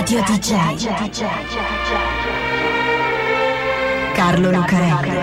Radio DJ. Carlo Lucarelli.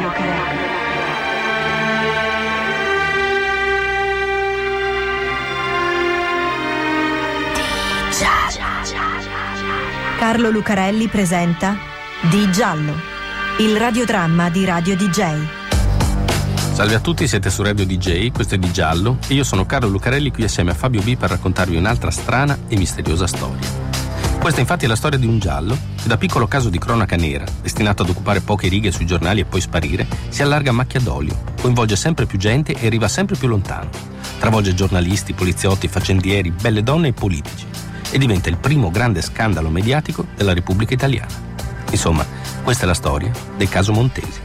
Carlo Lucarelli presenta Di Giallo, il radiodramma di Radio DJ. Salve a tutti, siete su Radio DJ, questo è Di Giallo e io sono Carlo Lucarelli qui assieme a Fabio B per raccontarvi un'altra strana e misteriosa storia. Questa infatti è la storia di un giallo che da piccolo caso di cronaca nera, destinato ad occupare poche righe sui giornali e poi sparire, si allarga a macchia d'olio, coinvolge sempre più gente e arriva sempre più lontano. Travolge giornalisti, poliziotti, faccendieri, belle donne e politici e diventa il primo grande scandalo mediatico della Repubblica Italiana. Insomma, questa è la storia del caso Montesi.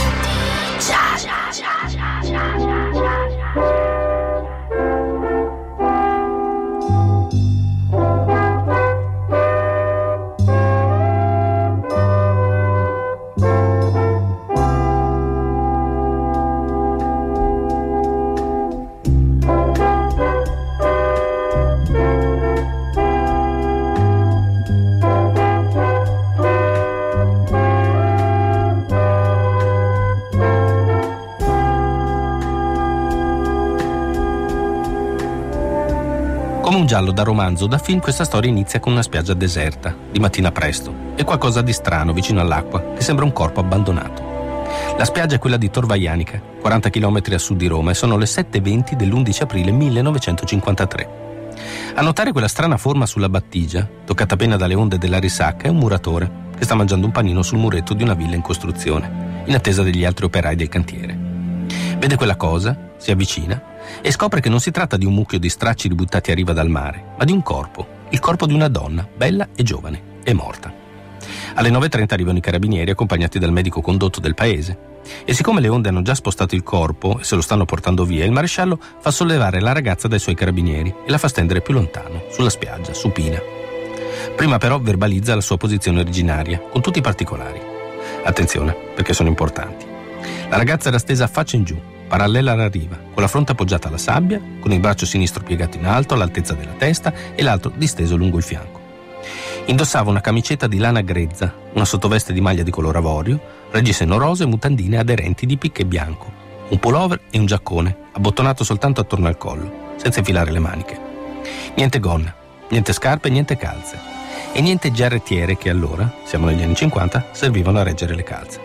Come un giallo da romanzo o da film, questa storia inizia con una spiaggia deserta, di mattina presto, e qualcosa di strano vicino all'acqua che sembra un corpo abbandonato. La spiaggia è quella di Tor Vaianica, 40 km a sud di Roma, e sono le 7:20 dell'11 aprile 1953. A notare quella strana forma sulla battigia, toccata appena dalle onde della risacca, è un muratore che sta mangiando un panino sul muretto di una villa in costruzione, in attesa degli altri operai del cantiere. Vede quella cosa, si avvicina e scopre che non si tratta di un mucchio di stracci ributtati a riva dal mare, ma di un corpo, il corpo di una donna, bella e giovane, e morta. Alle 9:30 arrivano i carabinieri accompagnati dal medico condotto del paese e siccome le onde hanno già spostato il corpo e se lo stanno portando via, il maresciallo fa sollevare la ragazza dai suoi carabinieri e la fa stendere più lontano, sulla spiaggia, supina. Prima però verbalizza la sua posizione originaria, con tutti i particolari. Attenzione, perché sono importanti. La ragazza era stesa a faccia in giù, parallela alla riva, con la fronte appoggiata alla sabbia, con il braccio sinistro piegato in alto all'altezza della testa e l'altro disteso lungo il fianco. Indossava una camicetta di lana grezza, una sottoveste di maglia di color avorio, reggiseno rosa e mutandine aderenti di picche bianco, un pullover e un giaccone, abbottonato soltanto attorno al collo, senza infilare le maniche. Niente gonna, niente scarpe, niente calze e niente giarrettiere che allora, siamo negli anni 50, servivano a reggere le calze.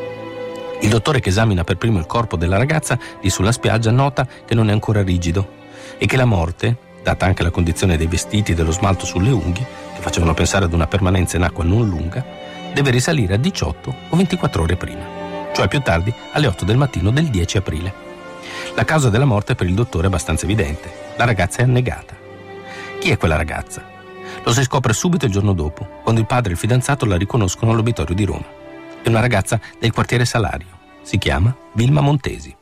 Il dottore che esamina per primo il corpo della ragazza lì sulla spiaggia nota che non è ancora rigido e che la morte, data anche la condizione dei vestiti e dello smalto sulle unghie, che facevano pensare ad una permanenza in acqua non lunga, deve risalire a 18 o 24 ore prima, cioè più tardi alle 8 del mattino del 10 aprile. La causa della morte per il dottore è abbastanza evidente: la ragazza è annegata. Chi è quella ragazza? Lo si scopre subito il giorno dopo, quando il padre e il fidanzato la riconoscono all'obitorio di Roma. È una ragazza del quartiere Salario. Si chiama Vilma Montesi.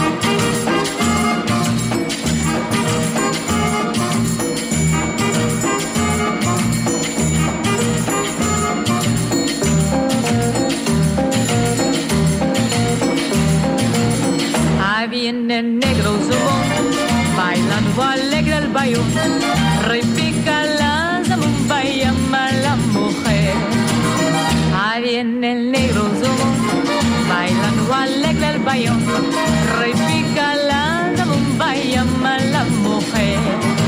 Ahí viene el negro zubón, bailando alegre el bayón, repica la zambomba y llama a la mujer. Ahí viene el negro zubón, bailando alegre el bayón, repica la zambomba y llama a la mujer.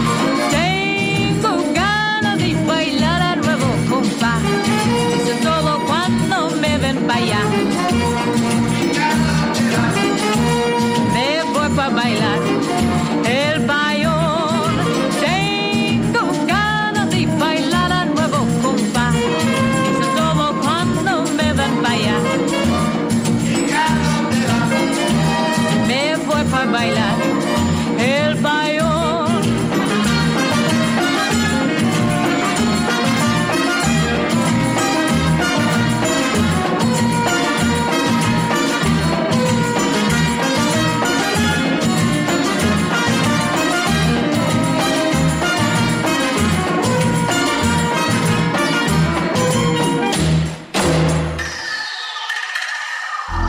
Tengo ganas de bailar a nuevo compás, eso es todo cuando me ven para allá. Me voy pa' bailar el bayón, tengo ganas de bailar a nuevo compás, eso es todo cuando me ven para allá. Me voy pa' bailar el bayón.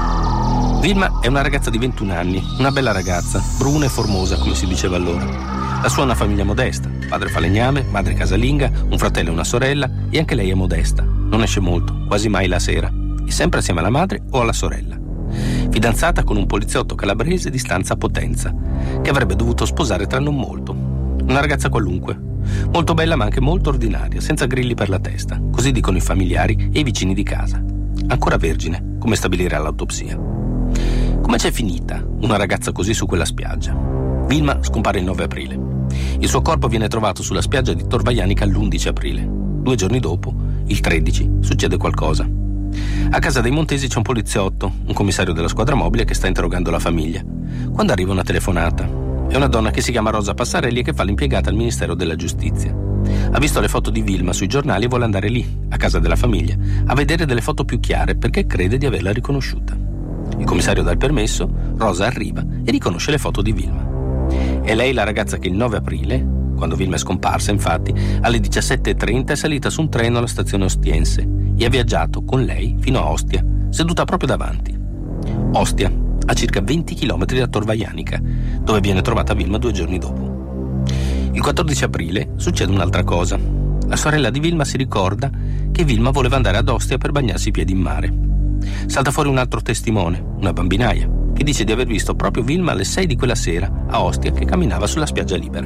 Vilma è una ragazza di 21 anni, una bella ragazza, bruna e formosa come si diceva allora. La sua è una famiglia modesta, padre falegname, madre casalinga, un fratello e una sorella, e anche lei è modesta, non esce molto, quasi mai la sera, e sempre assieme alla madre o alla sorella. Fidanzata con un poliziotto calabrese di stanza Potenza, che avrebbe dovuto sposare tra non molto. Una ragazza qualunque, molto bella ma anche molto ordinaria, senza grilli per la testa, così dicono i familiari e i vicini di casa. Ancora vergine, come stabilire all'autopsia. Come c'è finita una ragazza così su quella spiaggia? Vilma scompare il 9 aprile. Il suo corpo viene trovato sulla spiaggia di Tor Vaianica l'11 aprile. 2 giorni dopo, il 13, succede qualcosa. A casa dei Montesi c'è un poliziotto, un commissario della squadra mobile che sta interrogando la famiglia, quando arriva una telefonata. È una donna che si chiama Rosa Passarelli e che fa l'impiegata al Ministero della Giustizia. Ha visto le foto di Vilma sui giornali e vuole andare lì, a casa della famiglia, a vedere delle foto più chiare perché crede di averla riconosciuta. Il commissario dà il permesso, Rosa arriva e riconosce le foto di Vilma. È lei la ragazza che il 9 aprile, quando Vilma è scomparsa, infatti, alle 17:30 è salita su un treno alla stazione Ostiense e ha viaggiato con lei fino a Ostia, seduta proprio davanti. Ostia, a circa 20 km da Tor Vaianica, dove viene trovata Vilma 2 giorni dopo. Il 14 aprile succede un'altra cosa. La sorella di Vilma si ricorda che Vilma voleva andare ad Ostia per bagnarsi i piedi in mare. Salta fuori un altro testimone, una bambinaia, che dice di aver visto proprio Vilma alle 6 di quella sera a Ostia che camminava sulla spiaggia libera.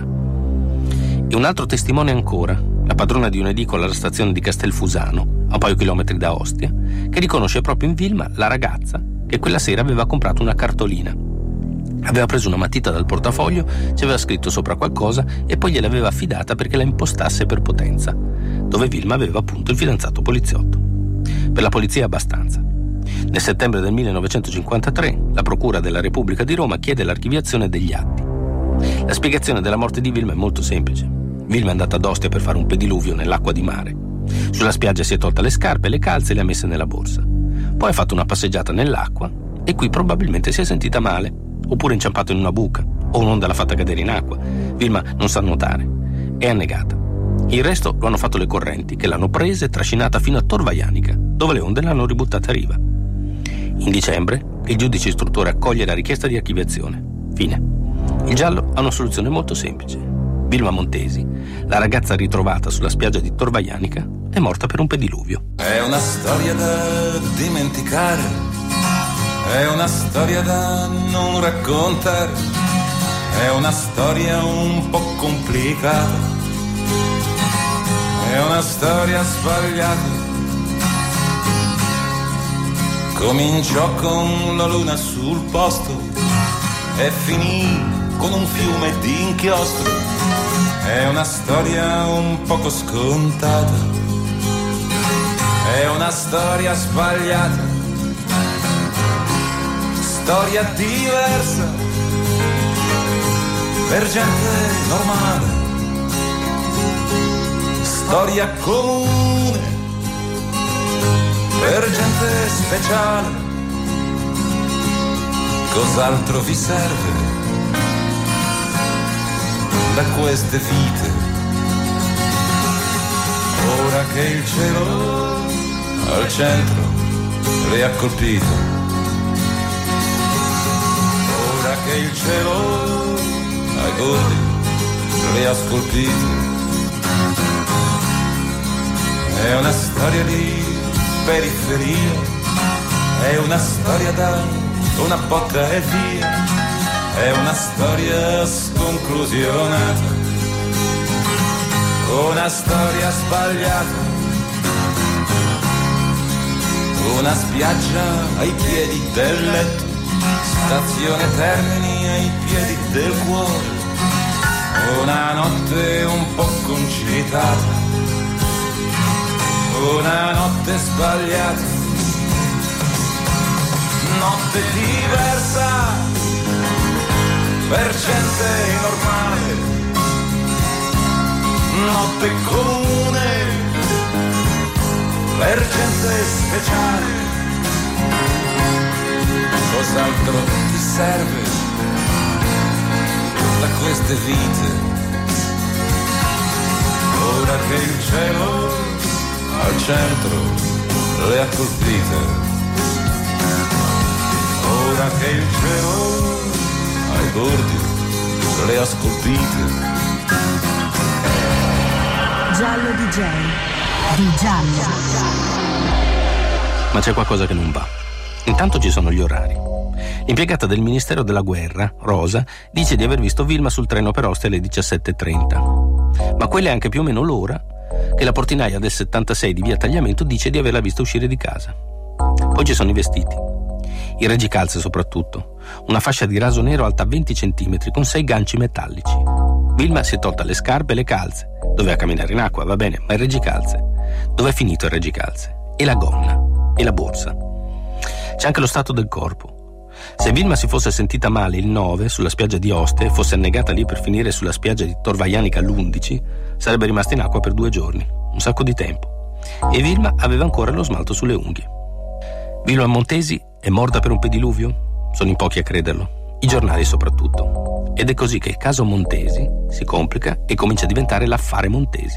E un altro testimone ancora, la padrona di un'edicola alla stazione di Castelfusano, a un paio di chilometri da Ostia, che riconosce proprio in Vilma la ragazza che quella sera aveva comprato una cartolina. Aveva preso una matita dal portafoglio, ci aveva scritto sopra qualcosa e poi gliel'aveva affidata perché la impostasse per Potenza, dove Vilma aveva appunto il fidanzato poliziotto. Per la polizia è abbastanza. Nel settembre del 1953 la Procura della Repubblica di Roma chiede l'archiviazione degli atti. La spiegazione della morte di Vilma è molto semplice. Vilma è andata ad Ostia per fare un pediluvio nell'acqua di mare. Sulla spiaggia si è tolta le scarpe, le calze e le ha messe nella borsa. Poi ha fatto una passeggiata nell'acqua e qui probabilmente si è sentita male, oppure inciampato in una buca, o un'onda l'ha fatta cadere in acqua. Vilma non sa nuotare. È annegata. Il resto lo hanno fatto le correnti, che l'hanno presa e trascinata fino a Tor Vaianica, dove le onde l'hanno ributtata a riva. In dicembre il giudice istruttore accoglie la richiesta di archiviazione. Fine. Il giallo ha una soluzione molto semplice. Vilma Montesi, la ragazza ritrovata sulla spiaggia di Tor Vaianica, è morta per un pediluvio. È una storia da dimenticare, è una storia da non raccontare, è una storia un po' complicata, è una storia sbagliata. Cominciò con la luna sul posto e finì con un fiume di inchiostro. È una storia un poco scontata, è una storia sbagliata, storia diversa per gente normale, storia comune per gente speciale. Cos'altro vi serve da queste vite? Ora che il cielo al centro le ha colpite, ora che il cielo ai bordi le ha scolpite. È una storia di periferia, è una storia da una botta e via, è una storia sconclusionata, una storia sbagliata, una spiaggia ai piedi del letto, stazione Termini ai piedi del cuore, una notte un po' concitata, una notte sbagliata, notte diversa per gente normale, notte comune per gente speciale. Cos'altro ti serve da queste vite? Ora che il cielo al centro le ha colpite, ora che il cielo ai bordi le ha scolpite. Giallo DJ di Giallo. Ma c'è qualcosa che non va. Intanto ci sono gli orari. L'impiegata del Ministero della Guerra, Rosa, dice di aver visto Vilma sul treno per Ostia alle 17:30. Ma quella è anche più o meno l'ora che la portinaia del 76 di via Tagliamento dice di averla vista uscire di casa. Poi ci sono i vestiti. I reggicalze soprattutto. Una fascia di raso nero alta 20 cm con 6 ganci metallici. Vilma si è tolta le scarpe e le calze. Doveva camminare in acqua, va bene, ma il reggicalze? Dov'è finito il reggicalze? E la gonna? E la borsa? C'è anche lo stato del corpo. Se Vilma si fosse sentita male il 9 sulla spiaggia di Ostia e fosse annegata lì per finire sulla spiaggia di Tor Vaianica l'11, sarebbe rimasta in acqua per 2 giorni, un sacco di tempo. E Vilma aveva ancora lo smalto sulle unghie. Vilma Montesi è morta per un pediluvio? Sono in pochi a crederlo, i giornali soprattutto. Ed è così che il caso Montesi si complica e comincia a diventare l'affare Montesi.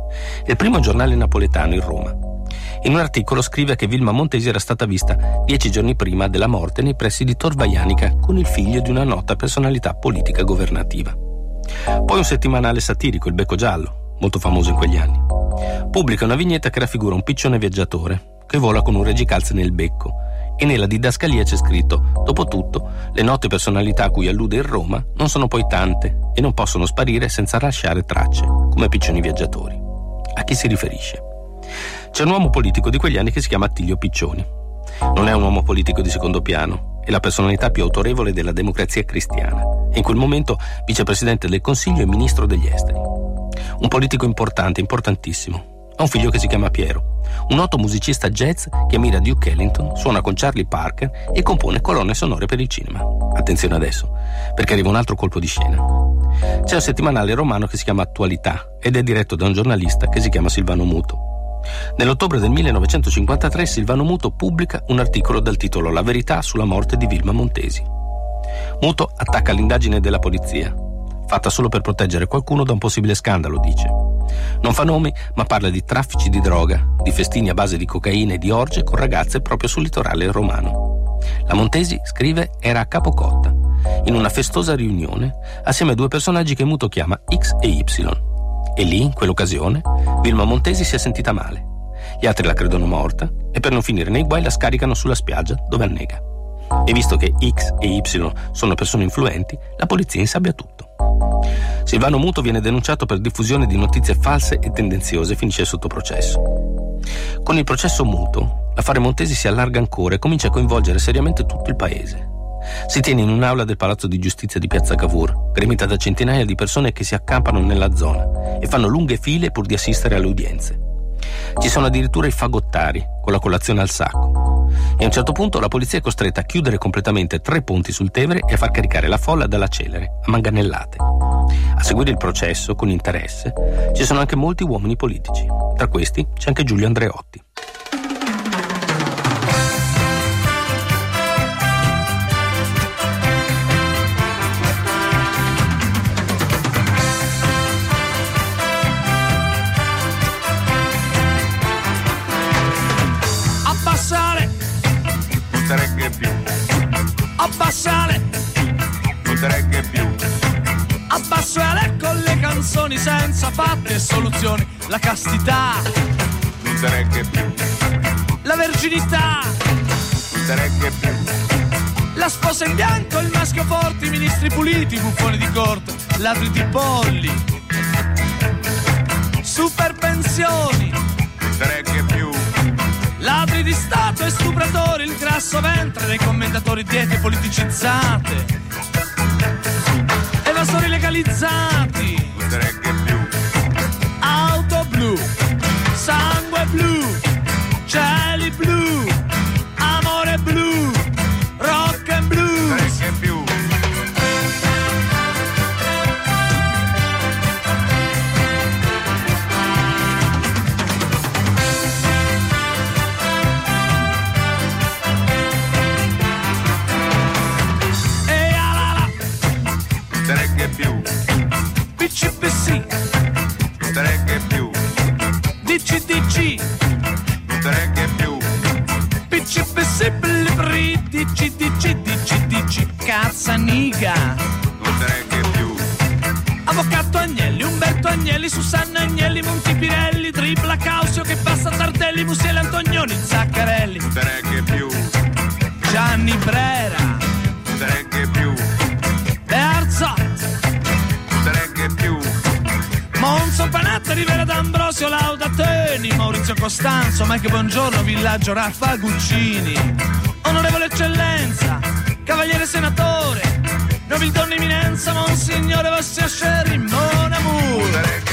Il primo giornale napoletano, il Roma, in un articolo scrive che Vilma Montesi era stata vista 10 giorni prima della morte nei pressi di Tor Vaianica con il figlio di una nota personalità politica governativa. Poi un settimanale satirico, il Becco Giallo, molto famoso in quegli anni, pubblica una vignetta che raffigura un piccione viaggiatore che vola con un reggicalze nel becco e nella didascalia c'è scritto: dopotutto, le note personalità a cui allude il Roma non sono poi tante e non possono sparire senza lasciare tracce, come piccioni viaggiatori. A chi si riferisce? C'è un uomo politico di quegli anni che si chiama Attilio Piccioni. Non è un uomo politico di secondo piano, è la personalità più autorevole della Democrazia Cristiana e in quel momento vicepresidente del Consiglio e ministro degli esteri. Un politico importante, importantissimo. Ha un figlio che si chiama Piero, un noto musicista jazz che ammira Duke Ellington, suona con Charlie Parker e compone colonne sonore per il cinema. Attenzione adesso, perché arriva un altro colpo di scena. C'è un settimanale romano che si chiama Attualità ed è diretto da un giornalista che si chiama Silvano Muto. Nell'ottobre del 1953 Silvano Muto pubblica un articolo dal titolo La verità sulla morte di Vilma Montesi. Muto attacca l'indagine della polizia, fatta solo per proteggere qualcuno da un possibile scandalo, dice. Non fa nomi, ma parla di traffici di droga, di festini a base di cocaina e di orge con ragazze proprio sul litorale romano. La Montesi, scrive, era a Capocotta, in una festosa riunione, assieme a 2 personaggi che Muto chiama X e Y. E lì, in quell'occasione, Vilma Montesi si è sentita male. Gli altri la credono morta e per non finire nei guai la scaricano sulla spiaggia dove annega. E visto che X e Y sono persone influenti, la polizia insabbia tutto. Silvano Muto viene denunciato per diffusione di notizie false e tendenziose e finisce sotto processo. Con il processo Muto, l'affare Montesi si allarga ancora e comincia a coinvolgere seriamente tutto il paese. Si tiene in un'aula del Palazzo di Giustizia di Piazza Cavour, gremita da centinaia di persone che si accampano nella zona e fanno lunghe file pur di assistere alle udienze. Ci sono addirittura i fagottari, con la colazione al sacco. E a un certo punto la polizia è costretta a chiudere completamente 3 ponti sul Tevere e a far caricare la folla dalla Celere, a manganellate. A seguire il processo, con interesse, ci sono anche molti uomini politici. Tra questi c'è anche Giulio Andreotti. Abbassare, non te regge più. Abbassare con le canzoni senza fatti e soluzioni. La castità, non te regge più. La verginità, Non te regge più. la sposa in bianco, il maschio forte, i ministri puliti, i buffoni di corte, ladri di polli, super pensioni, Non te regge più. ladri di Stato e stupratori, il grasso ventre dei commentatori, diete politicizzate, evasori legalizzati, Non te regge più. auto blu, sangue blu, cieli blu, amore blu, rock and blues. Non te regge più. Non te regge più. BCBC, Non te regge più. DCDC, Non te regge più. BCBC, Blibri, DCDC, DCDC, Cazzaniga, Non te regge più. Avvocato Agnelli, un su Sanna Agnelli, Montipirelli, Tripla Causio che passa Tardelli, Musiele Antonioni, Zaccarelli, non te regge più, Gianni Brera, non te regge più, Bearzot, non te regge più, Monzo Panatta, Rivera D'Ambrosio, Lauda Teni, Maurizio Costanzo, Mike Buongiorno, Villaggio Raffa Guccini, Onorevole Eccellenza, Cavaliere Senatore, Nobildonna Eminenza, Monsignore Vassia Scerri, Mon Amour.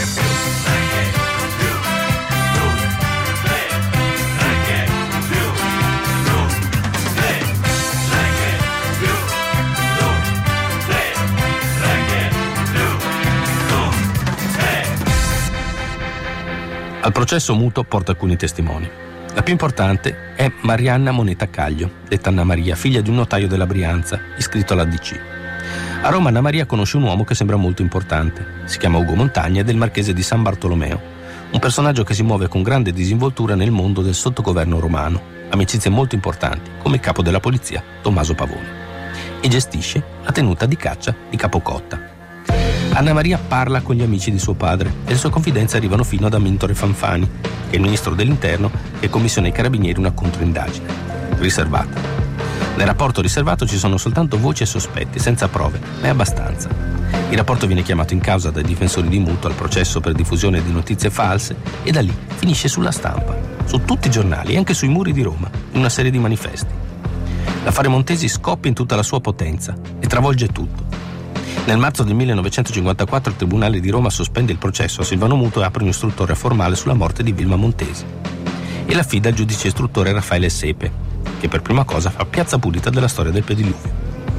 Al processo Muto porta alcuni testimoni. La più importante è Marianna Moneta Caglio, detta Anna Maria, figlia di un notaio della Brianza, iscritto alla DC. A Roma Anna Maria conosce un uomo che sembra molto importante. Si chiama Ugo Montagna ed è il marchese di San Bartolomeo, un personaggio che si muove con grande disinvoltura nel mondo del sottogoverno romano, amicizie molto importanti, come il capo della polizia, Tommaso Pavone, e gestisce la tenuta di caccia di Capocotta. Anna Maria parla con gli amici di suo padre e le sue confidenze arrivano fino ad Amintore Fanfani, che è il ministro dell'Interno che commissiona ai carabinieri una controindagine riservata. Nel rapporto riservato ci sono soltanto voci e sospetti, senza prove, ma è abbastanza. Il rapporto viene chiamato in causa dai difensori di Muto al processo per diffusione di notizie false e da lì finisce sulla stampa, su tutti i giornali e anche sui muri di Roma, in una serie di manifesti. L'affare Montesi scoppia in tutta la sua potenza e travolge tutto. Nel marzo del 1954 il Tribunale di Roma sospende il processo a Silvano Muto e apre un'istruttoria formale sulla morte di Vilma Montesi e l'affida al giudice istruttore Raffaele Sepe, che per prima cosa fa piazza pulita della storia del pediluvio.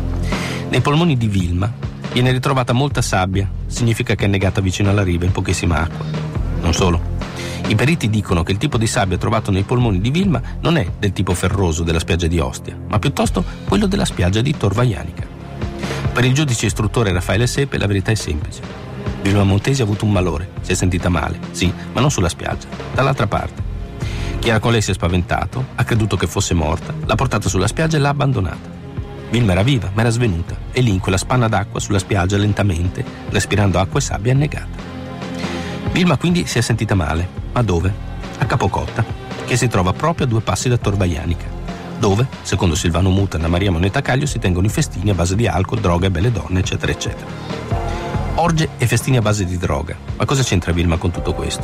Nei polmoni di Vilma viene ritrovata molta sabbia, significa che è annegata vicino alla riva in pochissima acqua. Non solo. I periti dicono che il tipo di sabbia trovato nei polmoni di Vilma non è del tipo ferroso della spiaggia di Ostia, ma piuttosto quello della spiaggia di Tor Vaianica. Per il giudice istruttore Raffaele Sepe la verità è semplice. Vilma Montesi ha avuto un malore, si è sentita male, sì, ma non sulla spiaggia, dall'altra parte. Chi era con lei si è spaventato, ha creduto che fosse morta, l'ha portata sulla spiaggia e l'ha abbandonata. Vilma era viva, ma era svenuta, e lì in quella spanna d'acqua sulla spiaggia lentamente, respirando acqua e sabbia, annegata. Vilma quindi si è sentita male, ma dove? A Capocotta, che si trova proprio a 2 passi da Tor Vaianica, dove, secondo Silvano Muto e Anna Maria Moneta Caglio, si tengono i festini a base di alcol, droga e belle donne, eccetera, eccetera. Orge e festini a base di droga. Ma cosa c'entra Vilma con tutto questo?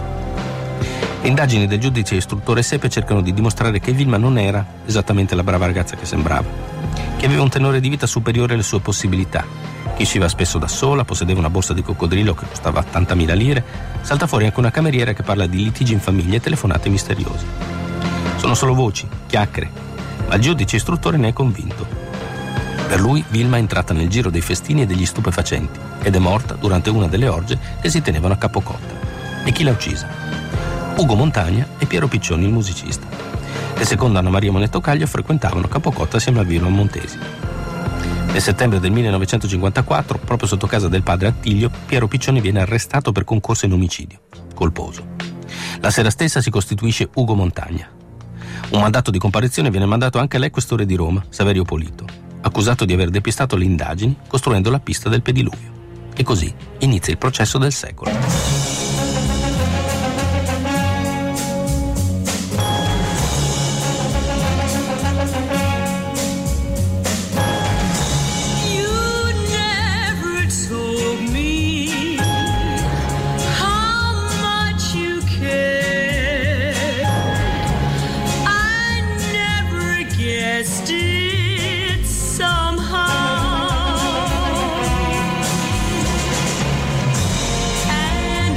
Le indagini del giudice istruttore Sepe cercano di dimostrare che Vilma non era esattamente la brava ragazza che sembrava, che aveva un tenore di vita superiore alle sue possibilità, che usciva spesso da sola, possedeva una borsa di coccodrillo che costava 80.000 lire, salta fuori anche una cameriera che parla di litigi in famiglia e telefonate misteriose. Sono solo voci, chiacchiere, ma il giudice istruttore ne è convinto. Per lui Vilma è entrata nel giro dei festini e degli stupefacenti ed è morta durante una delle orge che si tenevano a Capocotta. E chi l'ha uccisa? Ugo Montagna e Piero Piccioni, il musicista, che secondo Anna Maria Moneta Caglio frequentavano Capocotta assieme a Vilma Montesi. Nel settembre del 1954, proprio sotto casa del padre Attilio, Piero Piccioni viene arrestato per concorso in omicidio colposo. La sera stessa si costituisce Ugo Montagna. Un mandato di comparizione viene mandato anche all'equestore di Roma, Saverio Polito, accusato di aver depistato le indagini costruendo la pista del pediluvio. E così inizia il processo del secolo. Somehow, and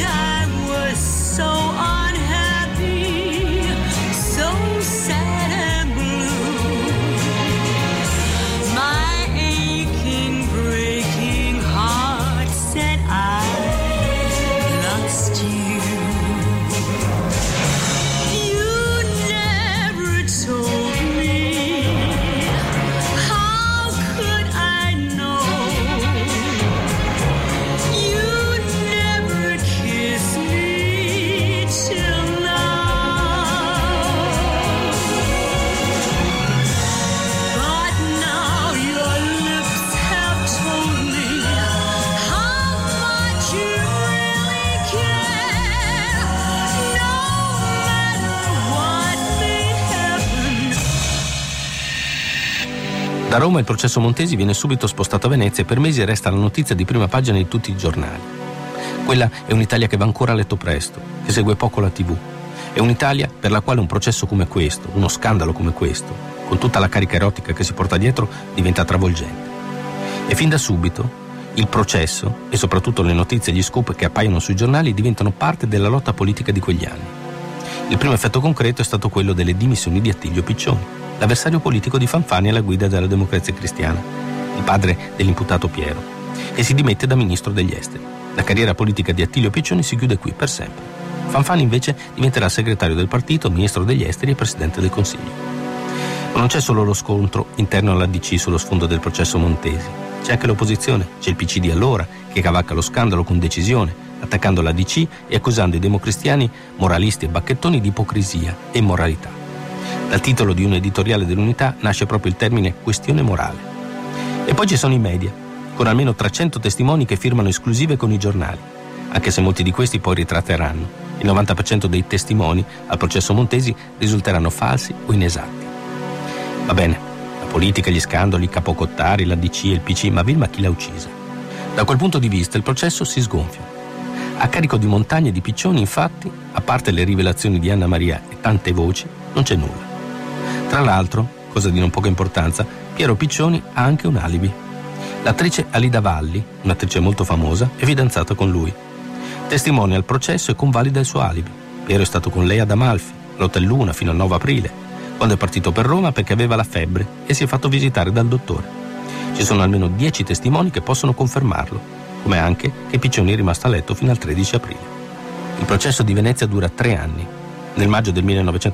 Da Roma il processo Montesi viene subito spostato a Venezia e per mesi resta la notizia di prima pagina di tutti i giornali. Quella è un'Italia che va ancora a letto presto, che segue poco la TV. È un'Italia per la quale un processo come questo, uno scandalo come questo, con tutta la carica erotica che si porta dietro, diventa travolgente. E fin da subito il processo e soprattutto le notizie e gli scoop che appaiono sui giornali diventano parte della lotta politica di quegli anni. Il primo effetto concreto è stato quello delle dimissioni di Attilio Piccioni, l'avversario politico di Fanfani alla guida della Democrazia Cristiana, il padre dell'imputato Piero, che si dimette da ministro degli esteri. La carriera politica di Attilio Piccioni si chiude qui per sempre. Fanfani invece diventerà segretario del partito, ministro degli esteri e presidente del Consiglio. Ma non c'è solo lo scontro interno alla DC sullo sfondo del processo Montesi, c'è anche l'opposizione, c'è il PC di allora che cavalca lo scandalo con decisione, attaccando la DC e accusando i democristiani, moralisti e bacchettoni di ipocrisia e immoralità. Dal titolo di un editoriale dell'Unità nasce proprio il termine questione morale. E poi ci sono i media, con almeno 300 testimoni che firmano esclusive con i giornali, anche se molti di questi poi ritratteranno. Il 90% dei testimoni al processo Montesi risulteranno falsi o inesatti. Va bene, la politica, gli scandali, i capocottari, la DC e il PC, ma Vilma chi l'ha uccisa? Da quel punto di vista il processo si sgonfia. A carico di montagne di piccioni, infatti, a parte le rivelazioni di Anna Maria e tante voci, non c'è nulla. Tra l'altro, cosa di non poca importanza, Piero Piccioni ha anche un alibi. L'attrice Alida Valli, un'attrice molto famosa, è fidanzata con lui. Testimonia al processo e convalida il suo alibi. Piero è stato con lei ad Amalfi, all'Hotel Luna, fino al 9 aprile, quando è partito per Roma perché aveva la febbre e si è fatto visitare dal dottore. Ci sono almeno 10 testimoni che possono confermarlo, come anche che Piccioni è rimasto a letto fino al 13 aprile. Il processo di Venezia dura 3 anni. Nel maggio del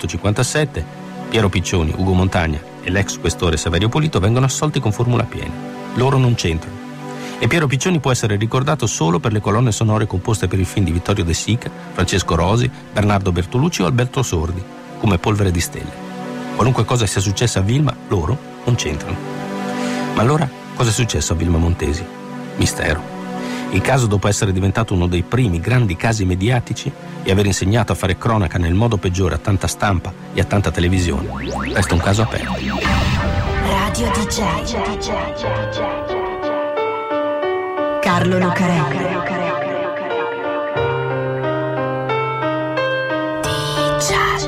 1957 Piero Piccioni, Ugo Montagna e l'ex questore Saverio Pulito vengono assolti con formula piena. Loro non c'entrano. E Piero Piccioni può essere ricordato solo per le colonne sonore composte per il film di Vittorio De Sica, Francesco Rosi, Bernardo Bertolucci o Alberto Sordi, come Polvere di stelle. Qualunque cosa sia successa a Vilma, loro non c'entrano. Ma allora cosa è successo a Vilma Montesi? Mistero. Il caso, dopo essere diventato uno dei primi grandi casi mediatici e aver insegnato a fare cronaca nel modo peggiore a tanta stampa e a tanta televisione, resta un caso aperto. Radio DJ Carlo Lucarelli. DJ